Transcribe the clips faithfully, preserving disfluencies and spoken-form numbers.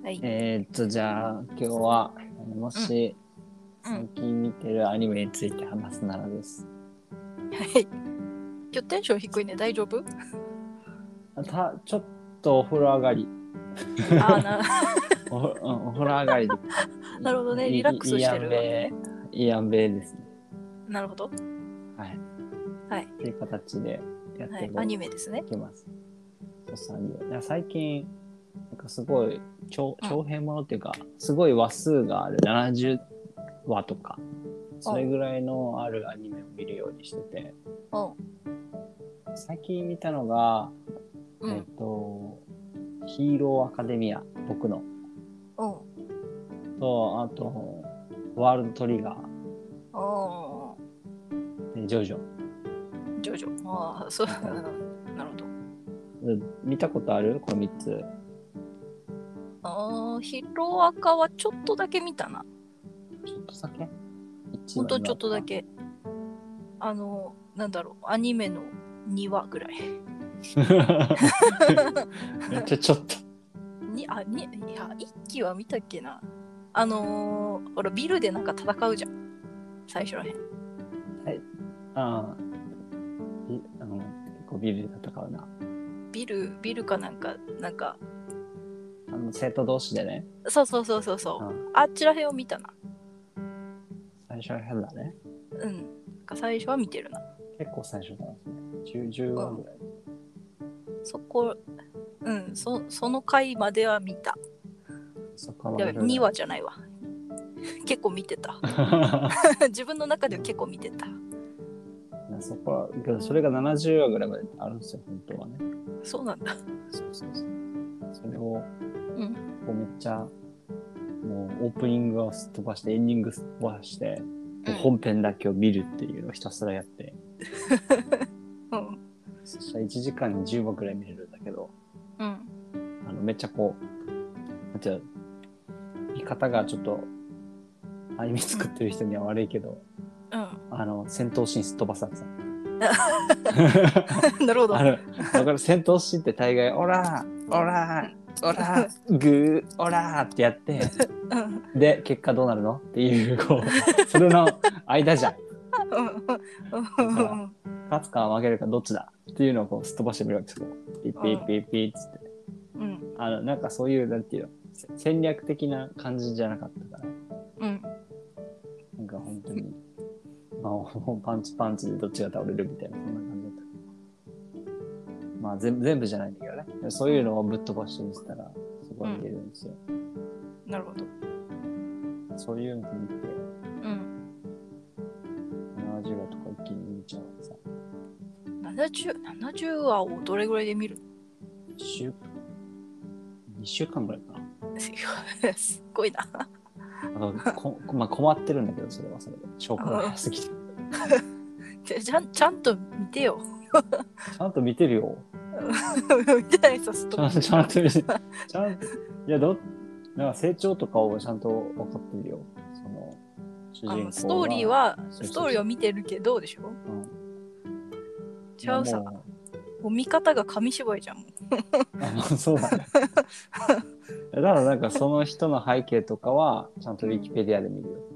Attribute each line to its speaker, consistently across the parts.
Speaker 1: はい。
Speaker 2: えー、っとじゃあ今日はもし
Speaker 1: うん
Speaker 2: 最近見てるアニメについて話すならです。
Speaker 1: はい。今日テンション低いね。大丈夫？
Speaker 2: たちょっとお風呂上がり
Speaker 1: あーな、
Speaker 2: お、うんお風呂上がりで
Speaker 1: なるほどね。
Speaker 2: いい
Speaker 1: リラック
Speaker 2: いいいや
Speaker 1: スしてるわけ
Speaker 2: んべ
Speaker 1: ね。
Speaker 2: いいやんべですね。
Speaker 1: なるほど。
Speaker 2: はい。
Speaker 1: はい。
Speaker 2: っていう形でやっ
Speaker 1: はい。
Speaker 2: てい
Speaker 1: アニメですね。
Speaker 2: きます。そうそうアニメいや最近なんかすごい長
Speaker 1: うん。
Speaker 2: 長編ものっていうかすごい話数があるななじゅうわとかそれぐらいのあるアニメを見るようにしてて、
Speaker 1: うん。
Speaker 2: 最近見たのがえっ、
Speaker 1: うん。
Speaker 2: とヒーローアカデミア僕の
Speaker 1: うん。
Speaker 2: とあとワールドトリガ
Speaker 1: あ
Speaker 2: ーでジョジョ
Speaker 1: あ、ジョジョ。ああ、そう。
Speaker 2: みたいな。
Speaker 1: なるほど。
Speaker 2: 見たことあるこのみっつ。
Speaker 1: ああ、ヒロアカはちょっとだけ見たな。
Speaker 2: ちょっとだけいちわ
Speaker 1: ほんとちょ
Speaker 2: にわとか
Speaker 1: っとだけ。あの、なんだろう。アニメのにわぐらい。
Speaker 2: めっちゃちょっと
Speaker 1: に、あ、に、いや、いっきは見たっけな。あのー、ほら、ビルでなんか戦うじゃん。最初らへん。
Speaker 2: はいあーいあの結構ビルで戦うな
Speaker 1: ビル、ビルかなんか、なんか、
Speaker 2: あの生徒同士でね。
Speaker 1: そうそうそうそうそう。
Speaker 2: うん
Speaker 1: あっちらへんを見たな。
Speaker 2: 最初は変だね。
Speaker 1: うん。なんか最初は見てるな。
Speaker 2: 結構最初なんですね。じゅう、じゅうわぐらい。
Speaker 1: そこ、うん、そその回までは見た。
Speaker 2: そこま
Speaker 1: やべ、
Speaker 2: でぐらい。
Speaker 1: にわじゃないわ。結構見てた。自分の中では結構見てた。
Speaker 2: そこは、けどそれがななじゅうわぐらいまであるんですよ、本当はね。
Speaker 1: そうなんだ。
Speaker 2: そうそうそう。それを、
Speaker 1: うん。
Speaker 2: こうめっちゃ、もうオープニングをすっ飛ばして、エンディングすっ飛ばして、
Speaker 1: うん、
Speaker 2: 本編だけを見るっていうのをひたすらやって、
Speaker 1: うん。
Speaker 2: そしたらいちじかんにじゅうわぐらい見れるんだけど、
Speaker 1: うん。
Speaker 2: あのめっちゃこう、なんていうの、見方がちょっと、アニメ作ってる人には悪いけど、
Speaker 1: うん。
Speaker 2: あの、戦闘シーンすっ飛ばされて
Speaker 1: なるほど。
Speaker 2: あの、だから戦闘シーンって大概、オラー、オラー、オラー、グー、オラーってやって、
Speaker 1: うん。
Speaker 2: で、結果どうなるのっていう、こう、それの間じゃん。だから、勝つか負けるかどっちだっていうのをこうすっ飛ばしてみるわけですよ。ピッピッピッピッつって。
Speaker 1: うん。
Speaker 2: あの、なんかそういう、なんていうの、戦略的な感じじゃなかったから、
Speaker 1: うん。
Speaker 2: なんか本当に、まあ、パンチパンチでどっちが倒れるみたいな、そんな感じだった。まあ全部、全部じゃないんだけどね。そういうのをぶっ飛ばしてみせたら、すごい見れるんですよ。
Speaker 1: なるほど。
Speaker 2: そういうの見て、
Speaker 1: うん。
Speaker 2: ななじゅうわとか一気に見ちゃうさ。
Speaker 1: ななじゅう、ななじゅうわをどれぐらいで見る
Speaker 2: いっしゅう、にしゅうかんぐらいかな。
Speaker 1: の？すっごいな。
Speaker 2: あのこまあ、困ってるんだけど、それはそれで。消化が早すぎて。
Speaker 1: ちゃちゃんちゃんと見てよ。
Speaker 2: ちゃんと見てるよ。
Speaker 1: 見てないさ、スト
Speaker 2: ちゃんと、ちゃんと見て、ちゃんと、いや、ど、なんか成長とかをちゃんと分かってるよ。その、主人公が。
Speaker 1: ストーリーは、
Speaker 2: そうそうそう
Speaker 1: ストーリーを見てるけどでしょ？
Speaker 2: うん。
Speaker 1: ちゃうさ。
Speaker 2: も
Speaker 1: もう見方が紙芝居じゃん。もう
Speaker 2: う、あの、そうだね。だからなんかその人の背景とかは、ちゃんとウィキペディアで見るよ。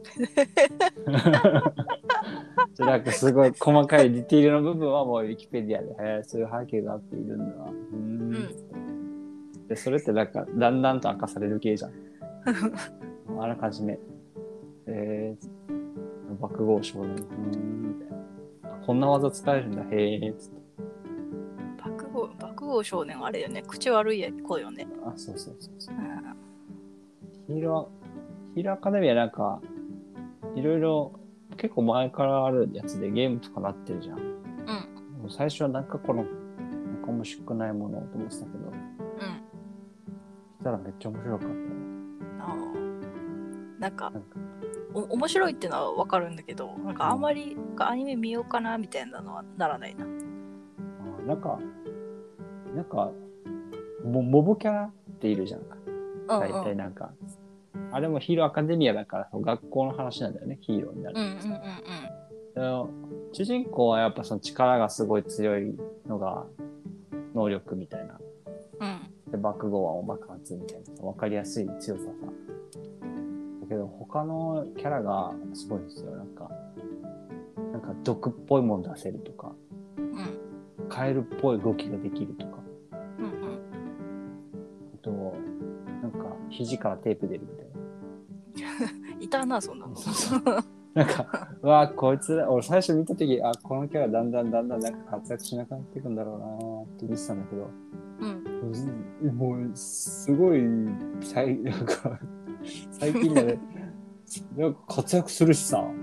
Speaker 2: じゃなんかすごい細かいディティールの部分はもうウィキペディアで、へえ、そういう背景があっているんだな。うーん。
Speaker 1: うん
Speaker 2: で、それってなんか、だんだんと明かされる系じゃん。あらかじめ。えー、爆豪少年。うーん、みたいな。こんな技使えるんだ、へえ、つって。
Speaker 1: 爆豪、爆豪少年はあれよね。口悪い子よね。
Speaker 2: あ、そうそうそうそう。
Speaker 1: うん、
Speaker 2: ヒーロー、ヒーローアカデミアなんか、いろいろ、結構前からあるやつでゲームとかなってるじゃん。
Speaker 1: うん。
Speaker 2: もう最初はなんかこの、なんか面白くないものと思ってたけど、
Speaker 1: うん。
Speaker 2: したらめっちゃ面白かったよ。
Speaker 1: ああ。なんか、
Speaker 2: なんか
Speaker 1: お面白いってのはわかるんだけど、なんかあんまりアニメ見ようかなみたいなのはならないな。
Speaker 2: あなんか、なんか、モモブキャラっているじゃんか。
Speaker 1: うんうん、
Speaker 2: 大体なんか、あれもヒーローアカデミアだから学校の話なんだよね、ヒーローになる。
Speaker 1: うんうんうん
Speaker 2: うん、主人公はやっぱその力がすごい強いのが能力みたいな
Speaker 1: うん
Speaker 2: で爆豪は爆発みたいな分かりやすい強ささ。だけど他のキャラがすごいですよ。なんかなんか毒っぽいもの出せるとか、
Speaker 1: うん、
Speaker 2: カエルっぽい動きができるとか、
Speaker 1: うんうん、
Speaker 2: あとなんか肘からテープ出るみたいな。
Speaker 1: いたなそんなの。
Speaker 2: そうそうなんかうわこいつ俺最初見た時あこのキャラだんだんだんだんなんか活躍しなくなっていくんだろうなーって見てたんだけど、
Speaker 1: うん、
Speaker 2: もうすごい最なんか最近までなんか活躍するしさ、
Speaker 1: うん、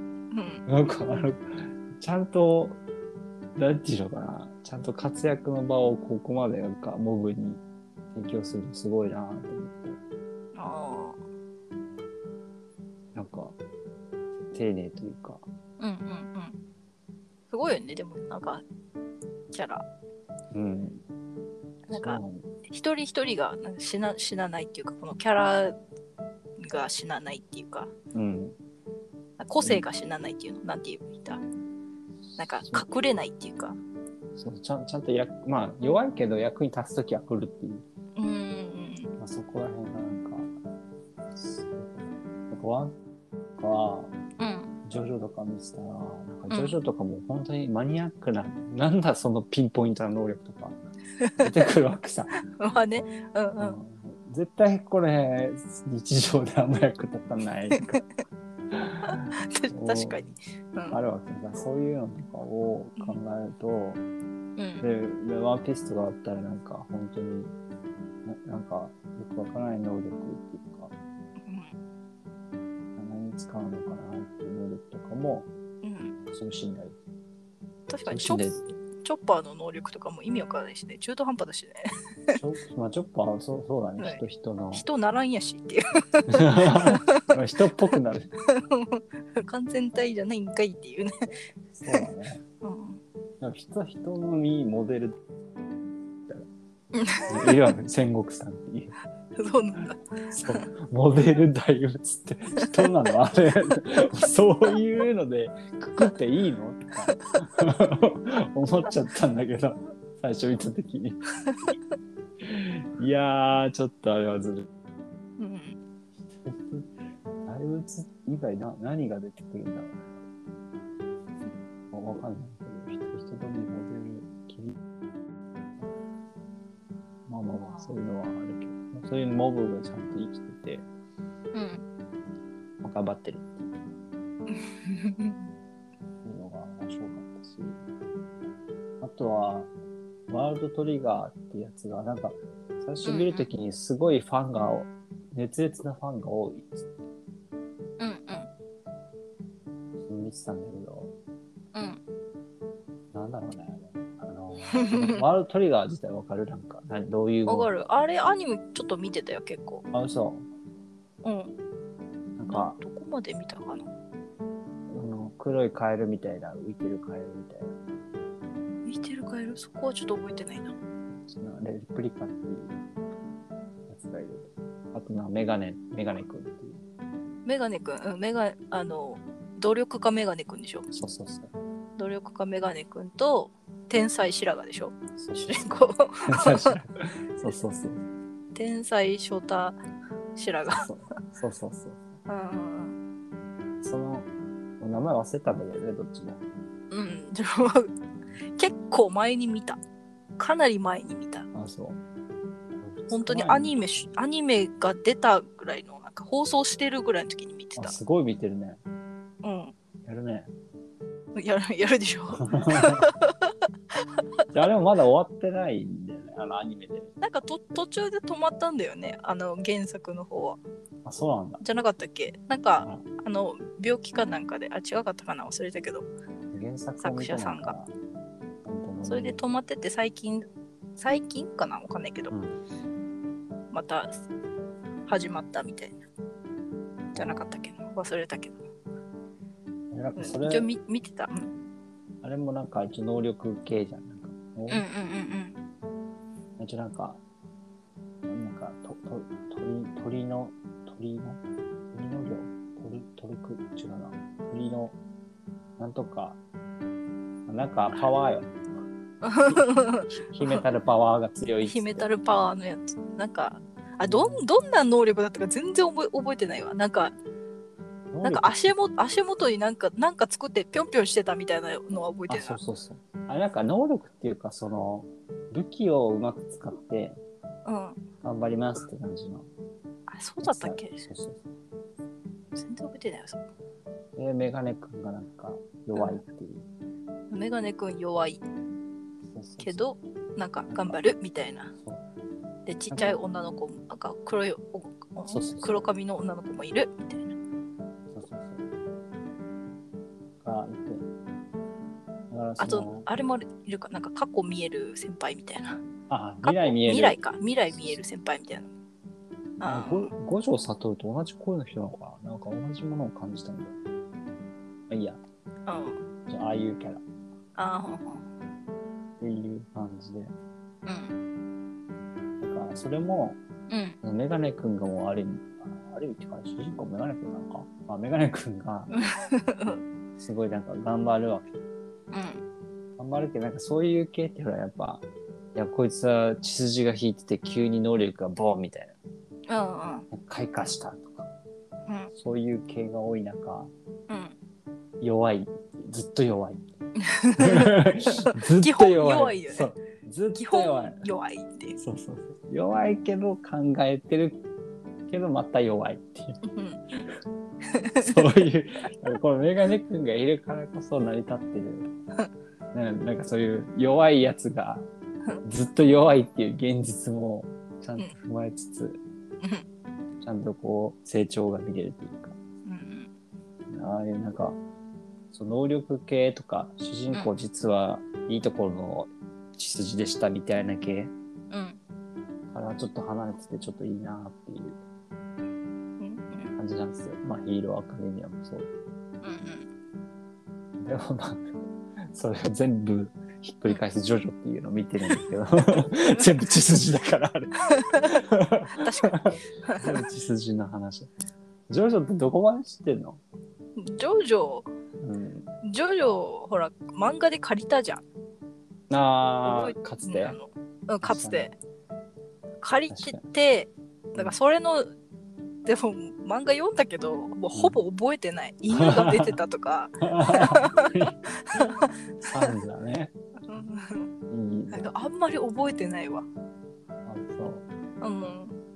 Speaker 2: なんかあのちゃんとなんていうのかな、ちゃんと活躍の場をここまでなんかモブに提供するのすごいなと思って、
Speaker 1: あ
Speaker 2: なんか丁寧というか、
Speaker 1: あ、うんうんうん。すごいよね、でもなんかキャラ。
Speaker 2: うん、
Speaker 1: なんか一人一人がなんか死な死なないっていうか、このキャラが死なないっていうか、
Speaker 2: うん、
Speaker 1: 個性が死なないっていうの、なんて言えばいいんだ。なんか隠れないっていうか。
Speaker 2: そうちゃんちゃんとやまあ弱いけど役に立つときは来るっていう。
Speaker 1: うんうん。
Speaker 2: まあ、そこら辺がなんか、なんかワンとか、
Speaker 1: うん。
Speaker 2: ジョジョとか見てたら、なんかジョジョとかも本当にマニアックな、うん、なんだそのピンポイントな能力とか出てくるわけさ。
Speaker 1: まあね、うんうん。うん、
Speaker 2: 絶対これ日常であんま役立たないとか。
Speaker 1: 確かに、
Speaker 2: うん、あるわけだ。そういうのとかを考えると、うん、で、でワンピースとかあったらなんか本当にな、なんかよくわからない能力っていうか、うん、何に使うのかなっていう能力とかも、うん、そう信頼。
Speaker 1: 確かにチョチョッパーの能力とかも意味わからないしね、中途半端だしね。
Speaker 2: チョまあ、チョッパーはそうそうだね、はい、人人の。
Speaker 1: 人ならんやしっていう。
Speaker 2: 人っぽくなる。
Speaker 1: 完全体じゃないんかいっていうね。
Speaker 2: そうだね。うん、人人の身モデルいるわね、戦国さんっていう。
Speaker 1: そうなんだ。
Speaker 2: そう、モデル大仏って人なのあれ、そういうのでくくっていいのとか思っちゃったんだけど、最初見たときに。いやー、ちょっとあれはずる。うん。大仏以外な何が出てくるんだろう。わかんないけど、人人とにモデル切り。まあまあまあ、そういうのはあるけど。そういうモブがちゃんと生きてて、うん、頑張ってるっていうのが面白かったし、あとはワールドトリガーってやつがなんか最初見るときにすごいファンが、うんうん、熱烈なファンが多いっつって、うんうん、見てたんだけど、うん、なんだろうね。ワールドトリガー自体わかる？なんか何どういう
Speaker 1: わかる。あれアニメちょっと見てたよ結構。
Speaker 2: あ、嘘。うん。なんか
Speaker 1: どこまで見たかな。
Speaker 2: あの黒いカエルみたいな浮いてるカエルみたいな。
Speaker 1: 浮いてるカエル？そこはちょっと覚えてないな。
Speaker 2: そのレプリカっていうやつがいる。あとなメガネメガネくんっていう。
Speaker 1: メガネくん、うん、メガあの努力家メガネくんでしょ。
Speaker 2: そうそうそう。
Speaker 1: 努力家メガネくんと天才白髪でしょ。主人公。
Speaker 2: そうそうそう。
Speaker 1: 天才ショタ白髪。
Speaker 2: そうそうそうそう。
Speaker 1: うん。
Speaker 2: その名前忘れたんだけどね、どっちも。
Speaker 1: うん。結構前に見た。かなり前に見た。
Speaker 2: あ、そう。
Speaker 1: 本当にアニメアニメが出たぐらいのなんか放送してるぐらいの時に見てた。
Speaker 2: すごい見てるね。
Speaker 1: うん。
Speaker 2: やるね。
Speaker 1: やるやるでしょ。
Speaker 2: あれもまだ終わってないんだよね、あのアニメで。
Speaker 1: なんかと途中で止まったんだよね、あの原作の方は。
Speaker 2: あ、そうなんだ。
Speaker 1: じゃなかったっけ？なんか、うん、あの病気かなんかで、あ、違かったかな、忘れたけど。
Speaker 2: 原作
Speaker 1: 作者さんが。それで止まってて最近最近かな、わかんないけど、うん、また始まったみたいな。じゃなかったっけな、忘れたけど。
Speaker 2: なんかそれ、
Speaker 1: うん、一応見見てた。うん、
Speaker 2: あれもなんか一応能力系じゃん。なんか
Speaker 1: うんうんうん
Speaker 2: うん。一応なんか、なんかとと鳥鳥の鳥の鳥の量鳥鳥く違うな鳥のなんとかなんかパワーよ。 秘めたるパワーが強いっつって。
Speaker 1: 秘めたるパワーのやつ。なんか、あ、どん、どんな能力だったか全然覚え、覚えてないわ。なんか、なんか足元、足元になんか、なんか作ってぴょんぴょんしてたみたいなのは覚えて
Speaker 2: あ、
Speaker 1: るな。
Speaker 2: そうそうそう。あれなんか能力っていうか、その、武器をうまく使って、
Speaker 1: うん。
Speaker 2: 頑張りますって感じの。
Speaker 1: あ、そうだったっけ？
Speaker 2: そうそうそう。
Speaker 1: 全然覚えてないよ、それ。
Speaker 2: で、メガネ君がなんか弱いっていう。
Speaker 1: うん、メガネくん弱い
Speaker 2: そうそうそう
Speaker 1: けど、なんか頑張るみたいな。
Speaker 2: そう
Speaker 1: で、ちっちゃい女の子も、なんか黒い、お
Speaker 2: そうそうそう
Speaker 1: 黒髪の女の子もいるみたいな。
Speaker 2: そうそうそう。がいて。だからそ
Speaker 1: あと
Speaker 2: の、
Speaker 1: あれもいるか、なんか過去見える先輩みたいな。
Speaker 2: あ、未来見える。
Speaker 1: 未来か、未来見える先輩みたいな。
Speaker 2: あご五条悟と同じ声の人なのかな、なんか同じものを感じたんだよ。まあいいや。
Speaker 1: うん。
Speaker 2: じゃあ、ああいうキャラ。
Speaker 1: ああ、ほんほん。
Speaker 2: っていう感じで。
Speaker 1: うん。
Speaker 2: だから、それも、
Speaker 1: うん。
Speaker 2: メガネ君がもうある意味、ある意味っていうか、主人公メガネ君なのか、まあ、メガネ君が、すごいなんか頑張るわけ。
Speaker 1: うん。
Speaker 2: 頑張るけど、なんかそういう系ってほら、やっぱ、いや、こいつは血筋が引いてて、急に能力がボーンみたいな。
Speaker 1: うんうん。
Speaker 2: 開花したとか、
Speaker 1: うん、
Speaker 2: そういう系が多い中、
Speaker 1: うん、
Speaker 2: 弱い、ずっと弱い。ずっと弱い。
Speaker 1: 弱いよね。
Speaker 2: そうずっと弱い。
Speaker 1: 弱いっていう。
Speaker 2: そうそうそう。弱いけど考えてるけどまた弱いっていう。うん、そういう、このメガネ君がいるからこそ成り立ってる。なんかそういう弱いやつがずっと弱いっていう現実もちゃんと踏まえつつ、うん、ちゃんとこう成長が見れるというか、うん、ああいうなんかその能力系とか主人公実はいいところの血筋でしたみたいな系、うん、からちょっと離れててちょっといいなっていう感じなんですよ。まあヒーローアカデミアもそう。うんうん、でもまあそれを全部ひっくり返すジョジョっていうのを見てるんですけど全部血筋だからあれ
Speaker 1: 確かに
Speaker 2: 全部血筋の話。ジョジョってどこまで知ってんの？
Speaker 1: ジョジョ、うん、ジョジョほら漫画で借りたじゃん。
Speaker 2: ああ、かつて、
Speaker 1: うん、かつて借りてて、だからそれのでも漫画読んだけどもうほぼ覚えてない、うん、犬が出てたとか
Speaker 2: サンズだね
Speaker 1: いいね、あんまり覚えてないわ。
Speaker 2: あ、そう。うん。ま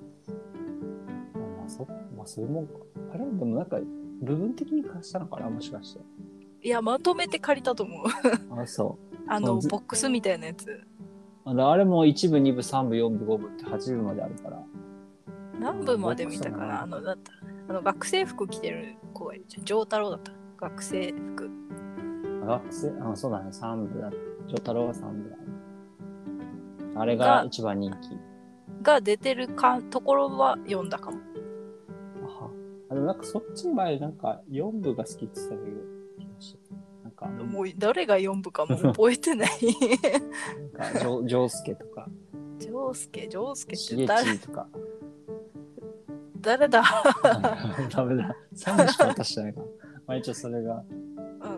Speaker 2: あ、そ、まあ、それも、あれでもなんか、部分的に貸したのかな、もしかして。
Speaker 1: いや、まとめて借りたと思う。
Speaker 2: あ、そう。
Speaker 1: あの、ボックスみたいなやつ。
Speaker 2: あれもいち部、に部、さん部、よん部、ご部ってはち部まであるから。
Speaker 1: 何部まで見たかな、あの、だったあの学生服着てる子がいるじゃん。丈太郎だった。学生服。
Speaker 2: 学生、あ、そうだね、さん部だ。丈太郎がさん部だね。あれが一番人気。
Speaker 1: が出てるかところは読んだかも。
Speaker 2: ああ、でもなんかそっち前なんかよん部が好きって言ってたけど、なんか
Speaker 1: もう誰がよん部かも覚えてない。
Speaker 2: なんかジョジョースケとか。
Speaker 1: ジョースケ、ジョースケ
Speaker 2: って誰？とか。
Speaker 1: 誰だ？
Speaker 2: ダメだ。さん部しか渡してないから。まあ一応それが。
Speaker 1: うん。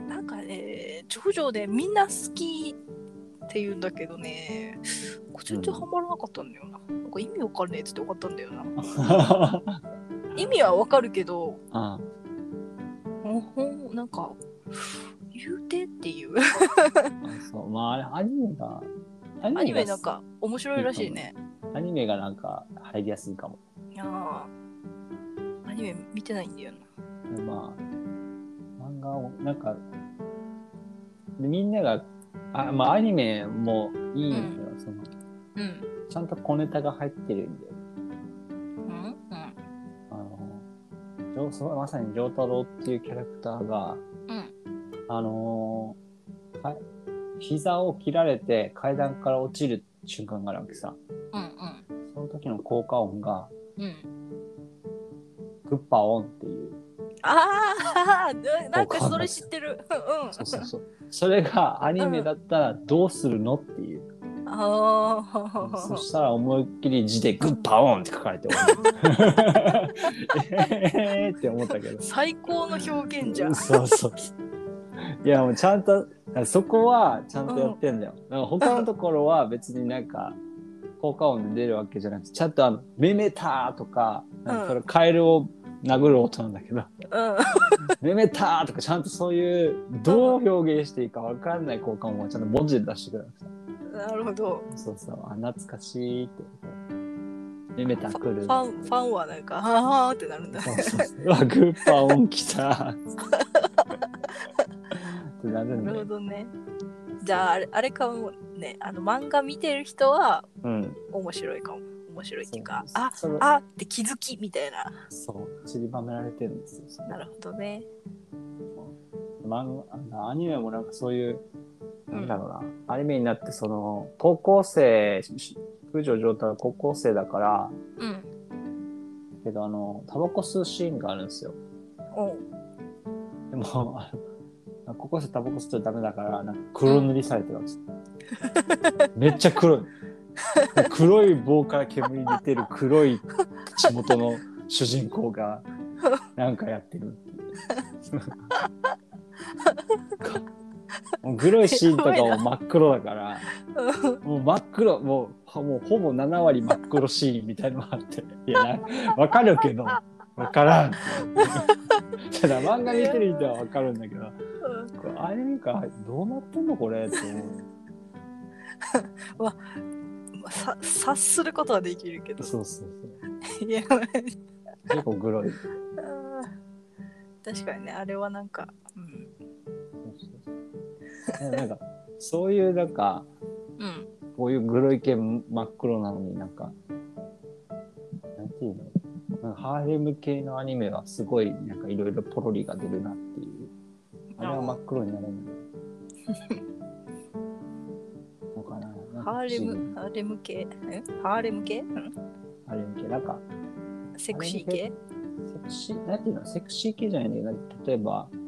Speaker 1: なんかね、ジョジョでみんな好きって言うんだけどね、全然ハマらなかったんだよな。うん、なんか意味わかんねえっつって終わったんだよな。意味はわかるけど、ああ、なんか言うてっていう。
Speaker 2: そう、まああれアニメが
Speaker 1: アニメがアニメなんか面白いらしいね。
Speaker 2: アニメがなんか入りやすいかも。
Speaker 1: ああ、アニメ見てないんだよな。
Speaker 2: まあ漫画をなんかみんながあ、まあアニメもいいんだけど、うん、その、うん、ちゃんと小ネタが入ってるんだよ。うんうん。あの、そまさに丈太郎っていうキャラクターが、うん、あのー、膝を切られて階段から落ちる瞬間があるわけさ。うんうん。その時の効果音が、うん、グッパオンっていう。あ
Speaker 1: あ、なんかそれ知ってる。
Speaker 2: うん。そうそうそう。それがアニメだったらどうするのっていう。ああ。そしたら思いっきり字でグッパオンって書かれて終わる。えーって思ったけど。
Speaker 1: 最高の表現じゃん。
Speaker 2: そうそう。いやもうちゃんとらそこはちゃんとやってんだよ。だから他のところは別になんか効果音で出るわけじゃなくて、ちゃんとあのメメターとか、なんかそれカエルを殴る音なんだけど、うん、メメターとかちゃんとそういうどう表現していいか分かんない効果音をちゃんと文字で出してくれる。
Speaker 1: なるほど。
Speaker 2: そうそう、あ、懐かしいって。メメター来る。
Speaker 1: ファン、ファンはなんか、はーってなるんだね。
Speaker 2: そうそうそう。うわ、グーパー音来た。ってなるんだよ。
Speaker 1: なるほどね。じゃあ、あれ、あれかもね、あの漫画見てる人は、うん、面白いかも。面白いっていうか、あ、あって気づきみたいな。
Speaker 2: そう、散りばめられてるんですよ。
Speaker 1: なるほどね。
Speaker 2: 漫画、アニメもなんかそういう、なんだろうな、うん、アニメになってその高校生、九条城太は高校生だから、うん、けどあのタバコ吸うシーンがあるんですよ。おでもあの高校生タバコ吸っちゃダメだからなんか黒塗りされてるんです、うん、めっちゃ黒い黒い棒から煙出てる黒い口元の主人公がなんかやってるっていうもう黒いシーンとかも真っ黒だからもう真っ黒もう、もうほぼなな割真っ黒シーンみたいなのがあっていやわかるけどわからんただ漫画見てる人はわかるんだけどこれアニメかどうなってんのこれって思
Speaker 1: うわさ察することはできるけど
Speaker 2: そうそうそういや結構黒い
Speaker 1: 確かにねあれはなんかうん
Speaker 2: なんかそういうなんか、うん、こういうグロい系真っ黒なのになんかなんていうのなんかハーレム系のアニメはすごいなんかいろいろポロリが出るなっていうあれは真っ黒になるんだのかな
Speaker 1: ハーレムハーレム系ハーレム系、うん、
Speaker 2: ハーレム系なんか
Speaker 1: セクシー系
Speaker 2: セクシーなんていうのセクシー系じゃないんだけど例えば、うん、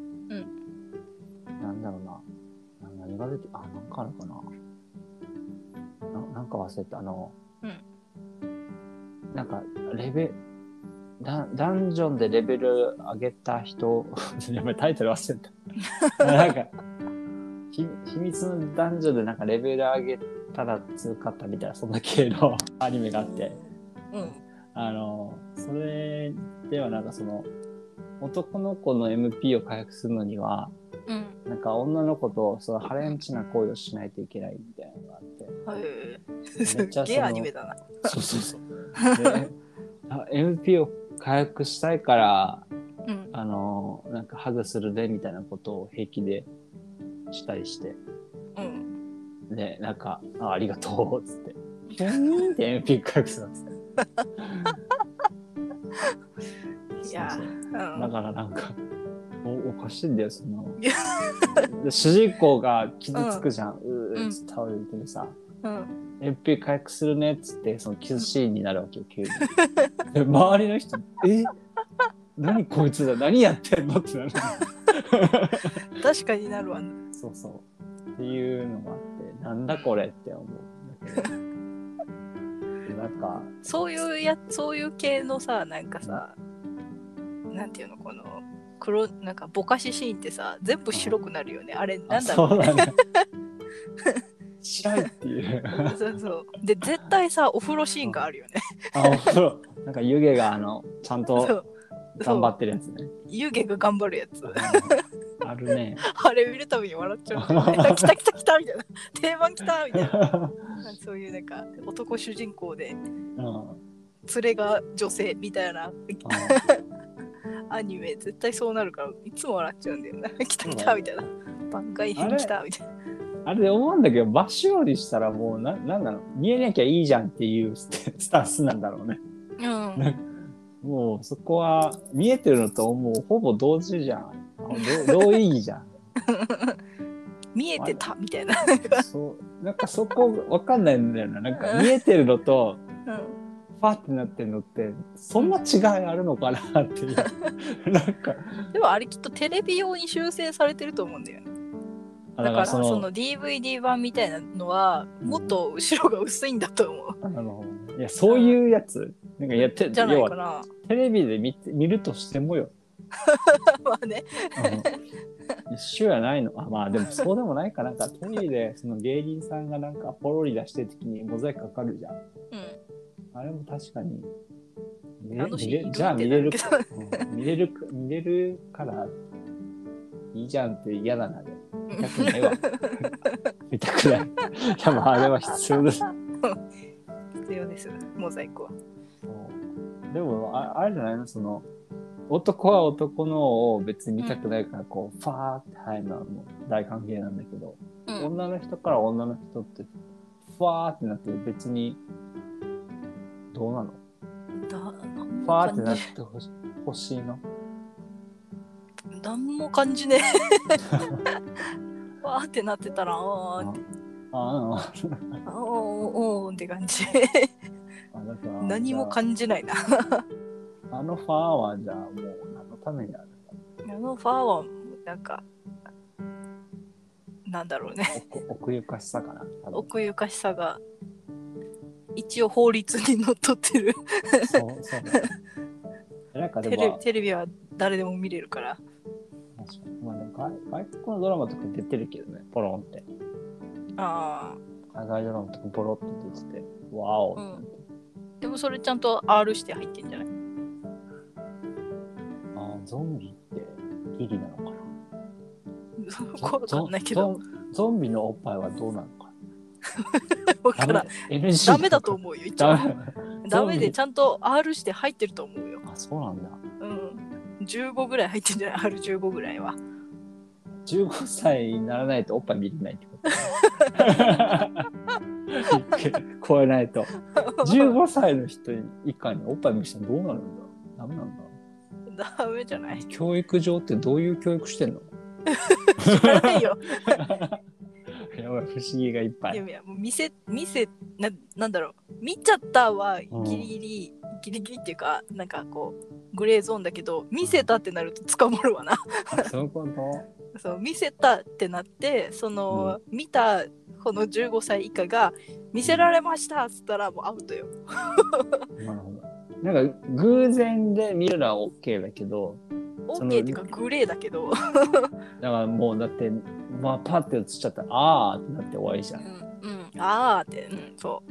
Speaker 2: なんだろうな何が出てあなんかあるかな な, なんか忘れたあの、うん、なんかレベダダンジョンでレベル上げた人やばいタイトル忘れたなんかひ秘密のダンジョンでなんかレベル上げたら強かったみたいなそんな系のアニメがあって、うん、あのそれではなんかその男の子の エムピー を回復するのにはうん、なんか女の子とそのハレンチな行為をしないといけないみたいなのがあって、
Speaker 1: めっちゃゲーアニメだな。
Speaker 2: そうそうそう。で エムピー を回復したいから、うん、あのなんかハグするでみたいなことを平気でしたりして、うん、でなんか あ, ありがとうっつってピューンって エムピー 回復するんですよ。いや、そうそう、うん、だからなんか。お, おかしいんだよその主人公が傷つくじゃん、うん、うーっつって倒れてるさ、うん、エムピー 回復するねっつってその傷シーンになるわけよ急にで周りの人え何こいつだ何やってんのってなる
Speaker 1: 確かになるわね
Speaker 2: そうそうっていうのがあってなんだこれって思うんだけどなんか
Speaker 1: そういうやそういう系のさなんかさ、うん、なんていうのこの黒なんかぼかしシーンってさ全部白くなるよね、うん、あれなんだろうね。そうだね
Speaker 2: 白いっていう
Speaker 1: そうそうで絶対さお風呂シーンがあるよね。
Speaker 2: あお風呂なんか湯気があのちゃんと頑張ってるやつね。
Speaker 1: 湯気が頑張るやつ。
Speaker 2: あるね。
Speaker 1: あれ見るたびに笑っちゃう、ね。来た来た来たみたいな定番来たみたいな。そういうなんか男主人公で、うん、連れが女性みたいな。アニメ絶対そうなるからいつも笑っちゃうんだよな来た来たみたいな番外編来たみたいな
Speaker 2: あれで思うんだけどバッシュよりしたらもうななんだろう見えなきゃいいじゃんっていうスタンスなんだろうね、うん、もうそこは見えてるのともうほぼ同時じゃんど同意じゃん
Speaker 1: 見えてたみたいな
Speaker 2: そうなんかそこ分かんないんだよななんか見えてるのと、うんパーってなってるのってそんな違いあるのかなっていうなんか
Speaker 1: でもあれきっとテレビ用に修正されてると思うんだよね。だからその、その ディーブイディー 版みたいなのはもっと後ろが薄いんだと思う。
Speaker 2: あのいやそういうやつなんかやって
Speaker 1: じゃないかな。
Speaker 2: テレビで 見, て見るとしてもよ
Speaker 1: まあね。
Speaker 2: うん、一緒やないの。あ、まあでもそうでもないかなんかテレビでその芸人さんがなんかポロリ出してる時にモザイクかかるじゃん。
Speaker 1: うん。
Speaker 2: あれも確かに見
Speaker 1: あのシーンいる
Speaker 2: じゃあ見れる
Speaker 1: ってなる
Speaker 2: うん、見れる見れるからいいじゃんって嫌だな。見たくないわ。見たくない。いやまああれは必要です。
Speaker 1: 必要です、モザイクは。
Speaker 2: でも あ, あれじゃないの、その男は男のを別に見たくないからこう、うん、ファーって入るのはもう大歓迎なんだけど、うん、女の人から女の人ってファーってなって別にどうなの？
Speaker 1: だ
Speaker 2: ファーってなってほし欲しいの？
Speaker 1: 何も感じねえ。ファーってなってたらあーって
Speaker 2: ああ
Speaker 1: あおーおーって感じ。あだから何も感じないな。
Speaker 2: あのファーはじゃあもう何のためにある
Speaker 1: の？あのファーはなんかなんだろうね。
Speaker 2: 奥ゆかしさかな。
Speaker 1: 奥ゆかしさが一応法律にのっとってる。
Speaker 2: そうそうね。なんかでもテレ、
Speaker 1: テレビは誰でも見れるから。
Speaker 2: 確かに。まあでも外外国のドラマとか出てるけどね、ポロンって。
Speaker 1: あ
Speaker 2: あ。海外ドラマとかポロッと出てて、わお、うん。
Speaker 1: でもそれちゃんと アール して入ってんじゃない？
Speaker 2: ああ、ゾンビってギリなのかな。
Speaker 1: わかんないけど。
Speaker 2: ゾンビのおっぱいはどうなのか
Speaker 1: わからん。ダメだと思うよ、一応。ダメでちゃんと アール して入ってると思うよ。
Speaker 2: あ、そうなんだ。
Speaker 1: うん。じゅうごぐらい入ってんじゃない？ アールじゅうご ぐらいは。
Speaker 2: じゅうごさいにならないとおっぱい見れないってこと超えないと。じゅうごさいの人以下におっぱい見る人どうなるんだ？ダメなん
Speaker 1: だ。ダメじゃない？
Speaker 2: 教育上ってどういう教育してんの？
Speaker 1: 知らないよ。
Speaker 2: やばい、不思議がいっぱい。
Speaker 1: いやいや、もう見せ、見せ、な、なんだろう。見ちゃったはギリギリ、うん、ギリギリっていうか、なんかこう、グレーゾーンだけど、見せたってなると捕まるわな。
Speaker 2: そういうこと？
Speaker 1: そう、見せたってなって、その、うん、見たこのじゅうごさい以下が、見せられましたっつったらもうアウトよ。
Speaker 2: なるほど。なんか、偶然で見るのは OK だけど、
Speaker 1: OK っていうかグレーだけど。だ
Speaker 2: からもうだって、まあ、パッて映っちゃったら、あーってなって終わりじゃん。うん、
Speaker 1: うん、あーって、うん、そう。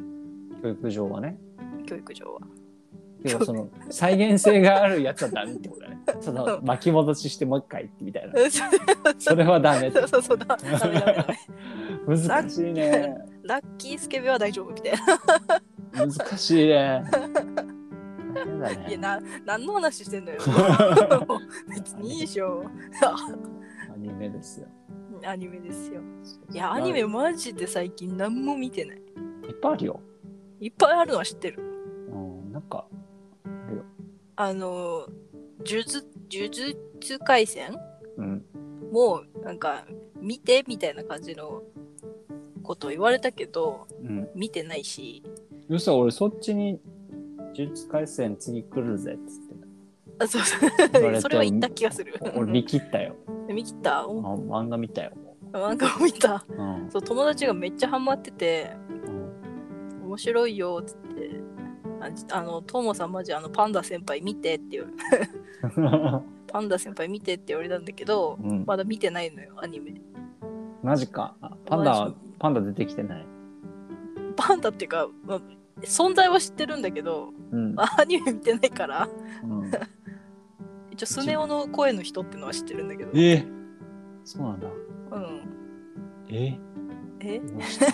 Speaker 2: 教育上はね。
Speaker 1: 教育上は。
Speaker 2: でもその再現性があるやつはダメってことだね。その巻き戻ししてもう一回ってみたいな。それはダメって。
Speaker 1: そうそうそう、ダメダメダメ。
Speaker 2: 難しいね。
Speaker 1: ラッキースケベは大丈夫みたい
Speaker 2: な。難しいね。
Speaker 1: ね、いやな、何の話してんのよ。別にいいでしょ。
Speaker 2: アニメですよ。
Speaker 1: アニメですよ。いや、アニメマジで最近何も見てない。
Speaker 2: いっぱいあるよ。
Speaker 1: いっぱいあるのは知ってる。
Speaker 2: うん、なんか、あるよ。
Speaker 1: あの、呪術、呪術廻戦、うん、もう、なんか、見てみたいな感じのことを言われたけど、うん、見てないし。
Speaker 2: うそ、俺そっちに、呪術廻戦次来るぜっつって
Speaker 1: あ、そうそうそれは言った気がする。
Speaker 2: 俺見切ったよ。
Speaker 1: 見切った？あ、
Speaker 2: 漫画見たよ。
Speaker 1: 漫画見た、うん、そう、友達がめっちゃハマってて、うん、面白いよっつってああのトーモさんマジあのパンダ先輩見てって言うパンダ先輩見てって言われたんだけど、うん、まだ見てないのよアニメ。
Speaker 2: マジか。パンダはパンダ出てきてない？
Speaker 1: パンダっていうか、まあ存在は知ってるんだけど、うん、アニメ見てないから、うん、一応スネ夫の声の人ってのは知ってるんだけど。
Speaker 2: えー、そうなんだ。
Speaker 1: うん。
Speaker 2: え
Speaker 1: え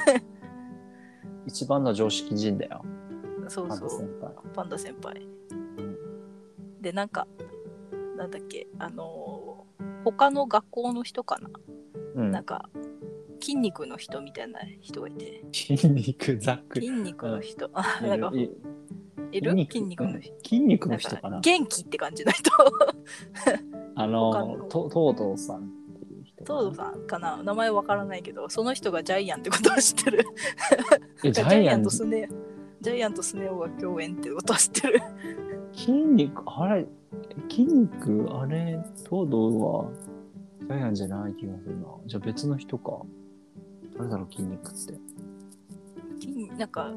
Speaker 2: 一番の常識人だよ。
Speaker 1: そうそう。パンダ先輩。パンダ先輩。うん、で、なんか、なんだっけ、あのー、他の学校の人かな、うん、なんか、筋肉の人みたいな人がいて。
Speaker 2: 筋肉ざっくり。
Speaker 1: 筋肉の人。あ、なんか、いる筋肉の人。
Speaker 2: 筋肉の人かな。
Speaker 1: 元気って感じの人。
Speaker 2: あの、と東堂さんっていう人。
Speaker 1: 東堂さんかな、名前わからないけど、その人がジャイアンってことは知ってる。
Speaker 2: ジャイアン
Speaker 1: とスネ、ジャイアンとスネ夫が共演ってことは知ってる。
Speaker 2: 筋肉、あれ、筋肉、あれ、東堂はジャイアンじゃない気がするな。じゃあ別の人か。誰だろう、筋肉って。
Speaker 1: 筋、なんか、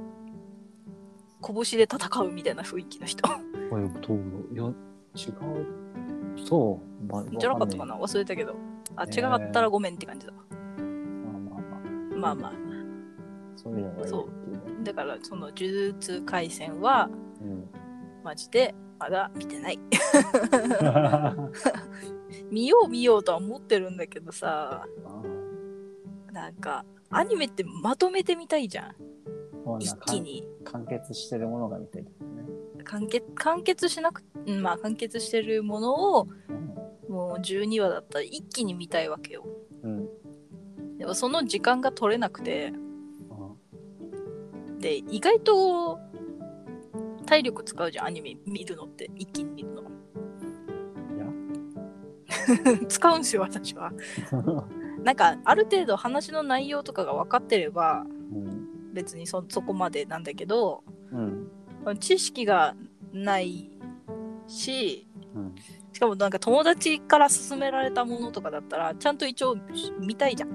Speaker 1: 拳で戦うみたいな雰囲気の人。
Speaker 2: あ、東堂。いや、違う。 そう、ま、
Speaker 1: じゃなかったかな忘れたけど。あ、違かったらごめんって感じだ。
Speaker 2: まあまあまあ。
Speaker 1: まあまあ。
Speaker 2: そういうのがいいっていうね。
Speaker 1: だからその呪術廻戦は、うん、マジでまだ見てない。見よう見ようとは思ってるんだけどさ、なんかアニメってまとめてみたいじゃん。一気に
Speaker 2: 完結してるものが見たい、ね、
Speaker 1: 完結完結しなく、まあ完結してるものを、うん、もうじゅうにわだったら一気に見たいわけよ。うん、でもその時間が取れなくて、うん、で意外と体力使うじゃん、アニメ見るのって一気に見るの。いや使うんすよ私は。なんかある程度話の内容とかが分かってれば、うん、別に そ, そこまでなんだけど、うん、知識がないし、うん、しかもなんか友達から勧められたものとかだったらちゃんと一応見たいじゃん、うん、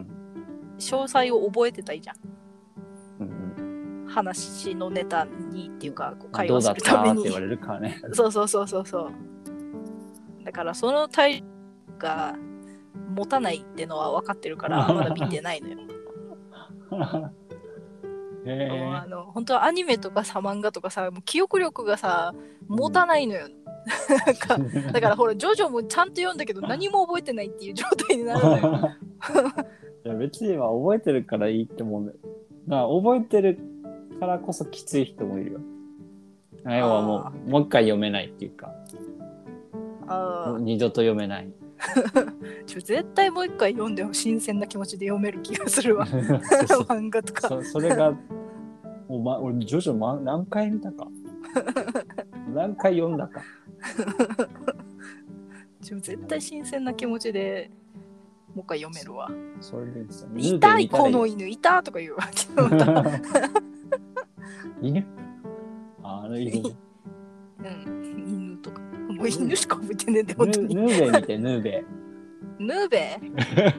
Speaker 1: 詳細を覚えてたいじゃん、うんうん、話のネタにっていうか会話するために、
Speaker 2: どうだったって言われるからね。
Speaker 1: そうそうそうそうそう。だからその体力が持たないってのは分かってるからまだ見てないのよ。えー、あの本当はアニメとかさ漫画とかさもう記憶力がさ持たないのよ。なんかだからほらジョジョもちゃんと読んだけど何も覚えてないっていう状態になるのよ。
Speaker 2: いや別には覚えてるからいいって思うんだよ。だから覚えてるからこそきつい人もいるよ。要はもうもう一回読めないっていうか、あ二度と読めない。
Speaker 1: ちょ絶対もう一回読んでも新鮮な気持ちで読める気がするわ。そうそう漫画とか
Speaker 2: そ, それがお、ま、俺ジョジョ、ま、何回見たか何回読んだか
Speaker 1: ちょ絶対新鮮な気持ちでもう一回読めるわ。
Speaker 2: それでですよ
Speaker 1: ね、痛いこの犬いたとか言うわ。
Speaker 2: 犬あの犬
Speaker 1: うん、犬とかもう犬しか覚えてねえんだよ本当に。
Speaker 2: ヌーベ見てヌーベ
Speaker 1: ヌーベヌ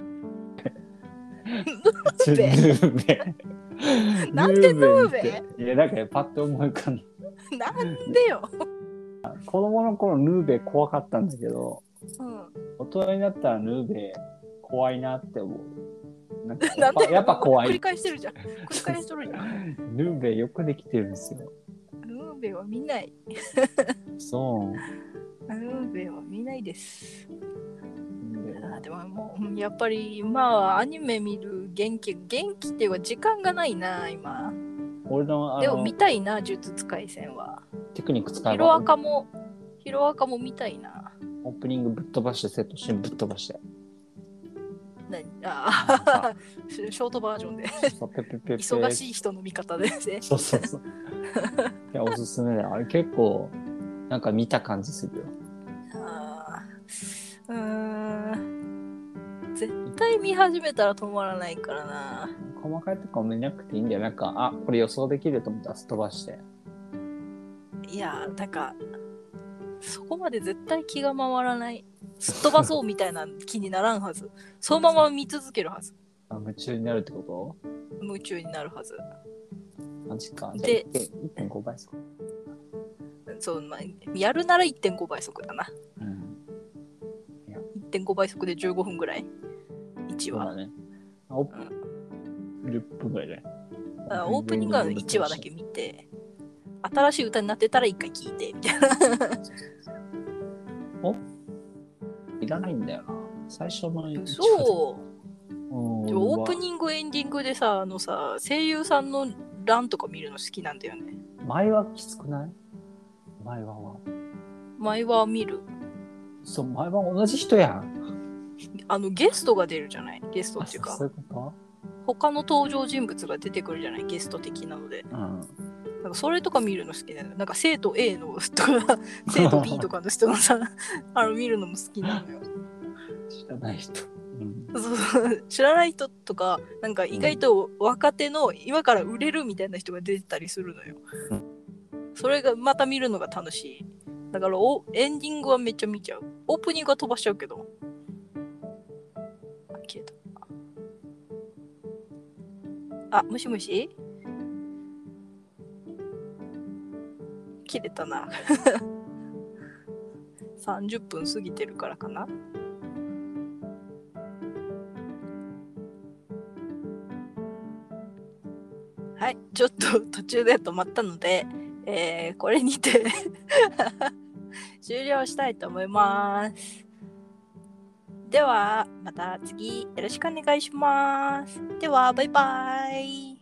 Speaker 2: ーベ
Speaker 1: なんでヌーベ
Speaker 2: いやなんかパッと思い浮かんだ。
Speaker 1: なんでよ。
Speaker 2: 子供の頃ヌーベ怖かったんだけど、うん、大人になったらヌーベ怖いなって思う。なんかやっぱやっぱ怖い。
Speaker 1: 繰り返してるじゃん。繰り返してるじゃん。
Speaker 2: ヌーベよくできてるんですよ。
Speaker 1: ヌーベは見ない。
Speaker 2: そう。
Speaker 1: ヌーベは見ないです。あでももうやっぱり今アニメ見る元気元気っていうか時間がないな今。
Speaker 2: 俺のあの
Speaker 1: でも見たいな呪術廻戦は。
Speaker 2: テクニック使えば。
Speaker 1: ヒロアカもヒロアカも見たいな。
Speaker 2: オープニングぶっ飛ばしてセットしてぶっ飛ばして。
Speaker 1: 何あショートバージョンでペペペペ忙しい人の見方ですね。
Speaker 2: そうそうそう。いやおすすめだよ。あれ結構なんか見た感じするよ。
Speaker 1: あうーん絶対見始めたら止まらないからな。
Speaker 2: 細かいとこ見なくていいんだよ。なんかあこれ予想できると思ったら飛ばして。
Speaker 1: いやなんかそこまで絶対気が回らない。すっ飛ばそうみたいな気にならんはず。そのまま見続けるはず。
Speaker 2: あ夢中になるってこと？
Speaker 1: 夢中になるはず。
Speaker 2: マジか。
Speaker 1: で
Speaker 2: いってんご 倍速。
Speaker 1: そう、まあ、やるなら いってんご 倍速だな。うん、いってんご 倍速でじゅうごふんぐらい。いちわ。そうだね。
Speaker 2: オープうん、じゅっぷんぐらいで。
Speaker 1: オープニングはいちわだけ見て、新しい歌になってたらいっかい聴いてみたいな。
Speaker 2: おいらないんだよな。最初の
Speaker 1: そう。オープニングエンディングでさ、あのさ、声優さんの欄とか見るの好きなんだよね。
Speaker 2: 前はきつくない？前はは。
Speaker 1: 前は見る。
Speaker 2: そう、前は同じ人やん。
Speaker 1: あのゲストが出るじゃない。ゲストっていうか。
Speaker 2: そういうこと？
Speaker 1: 他の登場人物が出てくるじゃない。ゲスト的なので。うん。なんかそれとか見るの好きなの。なんか生徒 A の人が生徒 B とかの人のさあの見るのも好きなのよ。
Speaker 2: 知らない人、
Speaker 1: うん、そう知らない人とかなんか意外と若手の今から売れるみたいな人が出てたりするのよ。うん、それがまた見るのが楽しい。だからおエンディングはめっちゃ見ちゃう。オープニングは飛ばしちゃうけど。あ、消えた。あ、もしもし切れたな。 さんじゅっぷん過ぎてるからかな。はい、ちょっと途中で止まったので、えー、これにて終了したいと思います。ではまた次よろしくお願いします。ではバイバイ。